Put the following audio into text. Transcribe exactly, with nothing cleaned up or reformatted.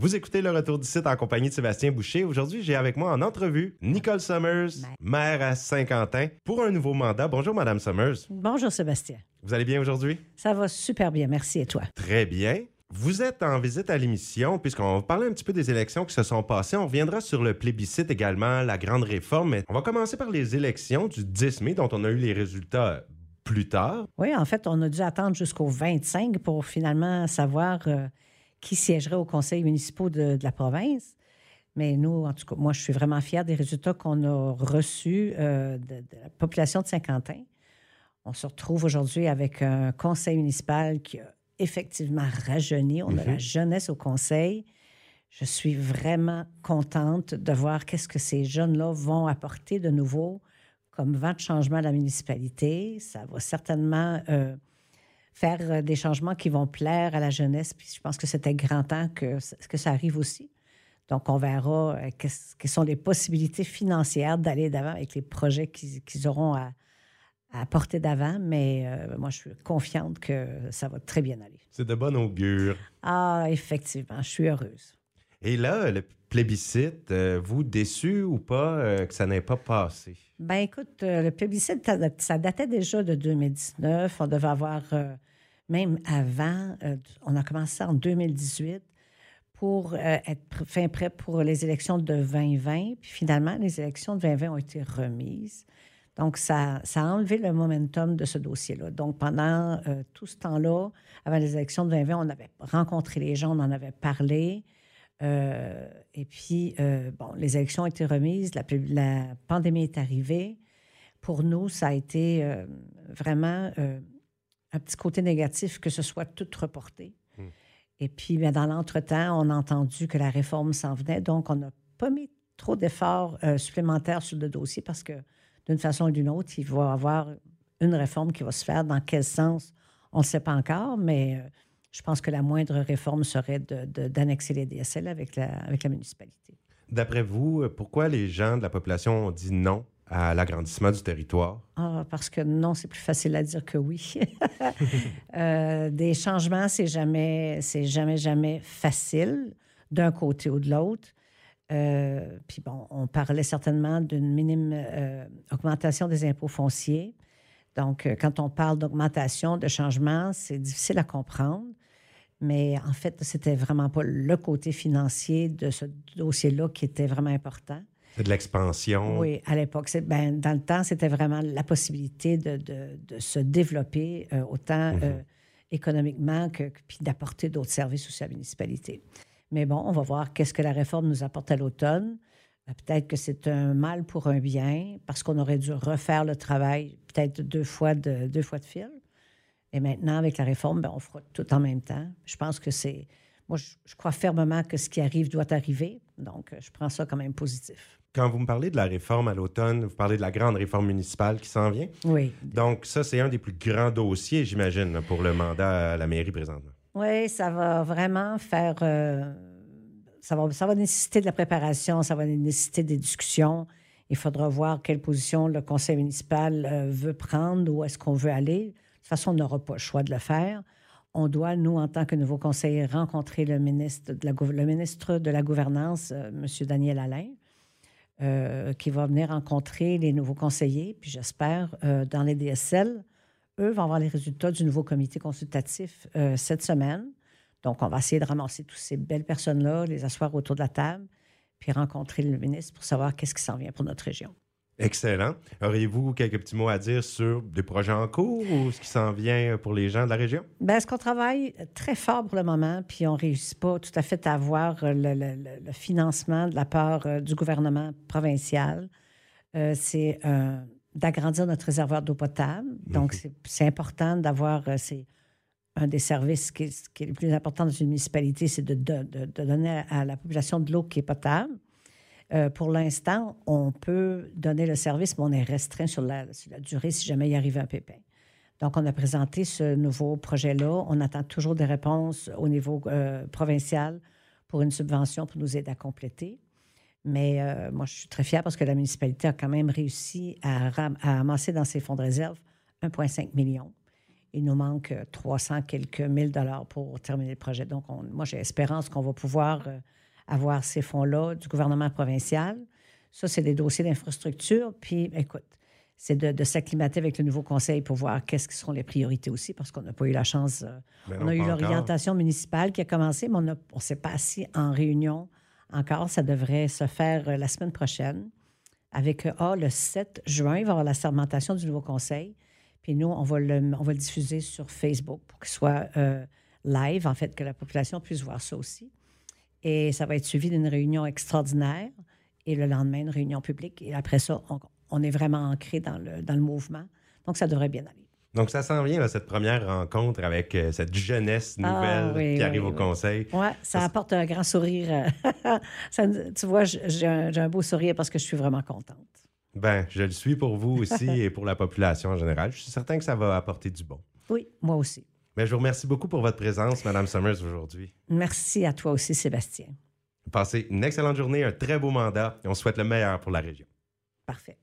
Vous écoutez Le Retour du site en compagnie de Sébastien Boucher. Aujourd'hui, j'ai avec moi en entrevue Nicole Summers, maire à Saint-Quentin, pour un nouveau mandat. Bonjour, Madame Summers. Bonjour, Sébastien. Vous allez bien aujourd'hui? Ça va super bien, merci. Et toi? Très bien. Vous êtes en visite à l'émission, puisqu'on va parler un petit peu des élections qui se sont passées. On reviendra sur le plébiscite également, la grande réforme. Mais on va commencer par les élections du dix mai, dont on a eu les résultats plus tard. Oui, en fait, on a dû attendre jusqu'au vingt-cinq pour finalement savoir euh, qui siégerait au conseil municipal de, de la province. Mais nous, en tout cas, moi, je suis vraiment fière des résultats qu'on a reçus euh, de, de la population de Saint-Quentin. On se retrouve aujourd'hui avec un conseil municipal qui a effectivement rajeuni. On mm-hmm. a la jeunesse au conseil. Je suis vraiment contente de voir qu'est-ce que ces jeunes-là vont apporter de nouveau comme vent de changement à la municipalité. Ça va certainement euh, faire des changements qui vont plaire à la jeunesse. Puis je pense que c'était grand temps que, que ça arrive aussi. Donc, on verra euh, quelles sont les possibilités financières d'aller d'avant avec les projets qu'ils, qu'ils auront à, à porter d'avant. Mais euh, moi, je suis confiante que ça va très bien aller. C'est de bon augure. Ah, effectivement, je suis heureuse. Et là, le plébiscite, euh, vous déçu ou pas euh, que ça n'ait pas passé? Ben écoute, euh, le plébiscite, ça datait déjà de deux mille dix-neuf. On devait avoir, euh, même avant, euh, on a commencé en deux mille dix-huit pour euh, être fin prêt pour les élections de vingt vingt. Puis finalement, les élections de vingt vingt ont été remises. Donc, ça, ça a enlevé le momentum de ce dossier-là. Donc, pendant euh, tout ce temps-là, avant les élections de vingt vingt, on avait rencontré les gens, on en avait parlé. Euh, et puis, euh, bon, les élections ont été remises, la, la pandémie est arrivée. Pour nous, ça a été euh, vraiment euh, un petit côté négatif que ce soit tout reporté. Mmh. Et puis, bien, dans l'entretemps, on a entendu que la réforme s'en venait, donc on n'a pas mis trop d'efforts euh, supplémentaires sur le dossier parce que, d'une façon ou d'une autre, il va y avoir une réforme qui va se faire. Dans quel sens, on ne sait pas encore, mais... Euh, je pense que la moindre réforme serait de, de, d'annexer les D S L avec la, avec la municipalité. D'après vous, pourquoi les gens de la population ont dit non à l'agrandissement du territoire? Ah, parce que non, c'est plus facile à dire que oui. euh, des changements, c'est jamais, c'est jamais, jamais facile d'un côté ou de l'autre. Euh, puis bon, on parlait certainement d'une minime euh, augmentation des impôts fonciers. Donc, quand on parle d'augmentation, de changement, c'est difficile à comprendre. Mais en fait, c'était vraiment pas le côté financier de ce dossier-là qui était vraiment important. C'est de l'expansion. Oui, à l'époque. C'est, ben, dans le temps, c'était vraiment la possibilité de, de, de se développer euh, autant mm-hmm. euh, économiquement que, puis d'apporter d'autres services aussi à la municipalité. Mais bon, on va voir qu'est-ce que la réforme nous apporte à l'automne. Peut-être que c'est un mal pour un bien, parce qu'on aurait dû refaire le travail peut-être deux fois de, deux fois de fil. Et maintenant, avec la réforme, bien, on fera tout en même temps. Je pense que c'est... Moi, je, je crois fermement que ce qui arrive doit arriver. Donc, je prends ça quand même positif. Quand vous me parlez de la réforme à l'automne, vous parlez de la grande réforme municipale qui s'en vient. Oui. Donc, ça, c'est un des plus grands dossiers, j'imagine, pour le mandat à la mairie présentement. Oui, ça va vraiment faire... Euh... Ça va, ça va nécessiter de la préparation, ça va nécessiter des discussions. Il faudra voir quelle position le conseil municipal euh, veut prendre, où est-ce qu'on veut aller. De toute façon, on n'aura pas le choix de le faire. On doit, nous, en tant que nouveaux conseillers, rencontrer le ministre de la, le ministre de la Gouvernance, euh, M. Daniel Alain, euh, qui va venir rencontrer les nouveaux conseillers. Puis j'espère, euh, dans les D S L, eux vont avoir les résultats du nouveau comité consultatif euh, cette semaine. Donc, on va essayer de ramasser toutes ces belles personnes-là, les asseoir autour de la table, puis rencontrer le ministre pour savoir qu'est-ce qui s'en vient pour notre région. Excellent. Auriez-vous quelques petits mots à dire sur des projets en cours ou ce qui s'en vient pour les gens de la région? Bien, est-ce qu'on travaille très fort pour le moment, puis on ne réussit pas tout à fait à avoir le, le, le financement de la part euh, du gouvernement provincial. Euh, c'est euh, d'agrandir notre réservoir d'eau potable. Donc, mm-hmm. c'est, c'est important d'avoir... Euh, ces, un des services qui est, qui est le plus important dans une municipalité, c'est de, de, de, de donner à la population de l'eau qui est potable. Euh, pour l'instant, on peut donner le service, mais on est restreint sur la, sur la durée si jamais il arrive un pépin. Donc, on a présenté ce nouveau projet-là. On attend toujours des réponses au niveau euh, provincial pour une subvention pour nous aider à compléter. Mais euh, moi, je suis très fière parce que la municipalité a quand même réussi à, ram- à amasser dans ses fonds de réserve un virgule cinq million. Il nous manque trois cents quelques mille dollars pour terminer le projet. Donc, on, moi, j'ai espérance qu'on va pouvoir euh, avoir ces fonds-là du gouvernement provincial. Ça, c'est des dossiers d'infrastructure. Puis, écoute, c'est de, de s'acclimater avec le nouveau conseil pour voir qu'est-ce qui seront les priorités aussi, parce qu'on n'a pas eu la chance. Euh, on non, a eu pas l'orientation municipale qui a commencé, mais on ne s'est pas assis en réunion encore. Ça devrait se faire euh, la semaine prochaine. Avec, ah, le sept juin, il va y avoir la sermentation du nouveau conseil. Puis nous, on va le, on va le diffuser sur Facebook pour qu'il soit euh, live, en fait, que la population puisse voir ça aussi. Et ça va être suivi d'une réunion extraordinaire et le lendemain, une réunion publique. Et après ça, on, on est vraiment ancré dans le, dans le mouvement. Donc, ça devrait bien aller. Donc, ça s'en vient, là, cette première rencontre avec euh, cette jeunesse nouvelle ah, oui, qui oui, arrive oui. au conseil. Oui, ça ça apporte un grand sourire. ça, tu vois, j'ai un, j'ai un beau sourire parce que je suis vraiment contente. Ben, je le suis pour vous aussi et pour la population en général. Je suis certain que ça va apporter du bon. Oui, moi aussi. Mais je vous remercie beaucoup pour votre présence, Mme Summers, aujourd'hui. Merci à toi aussi, Sébastien. Passez une excellente journée, un très beau mandat et on souhaite le meilleur pour la région. Parfait.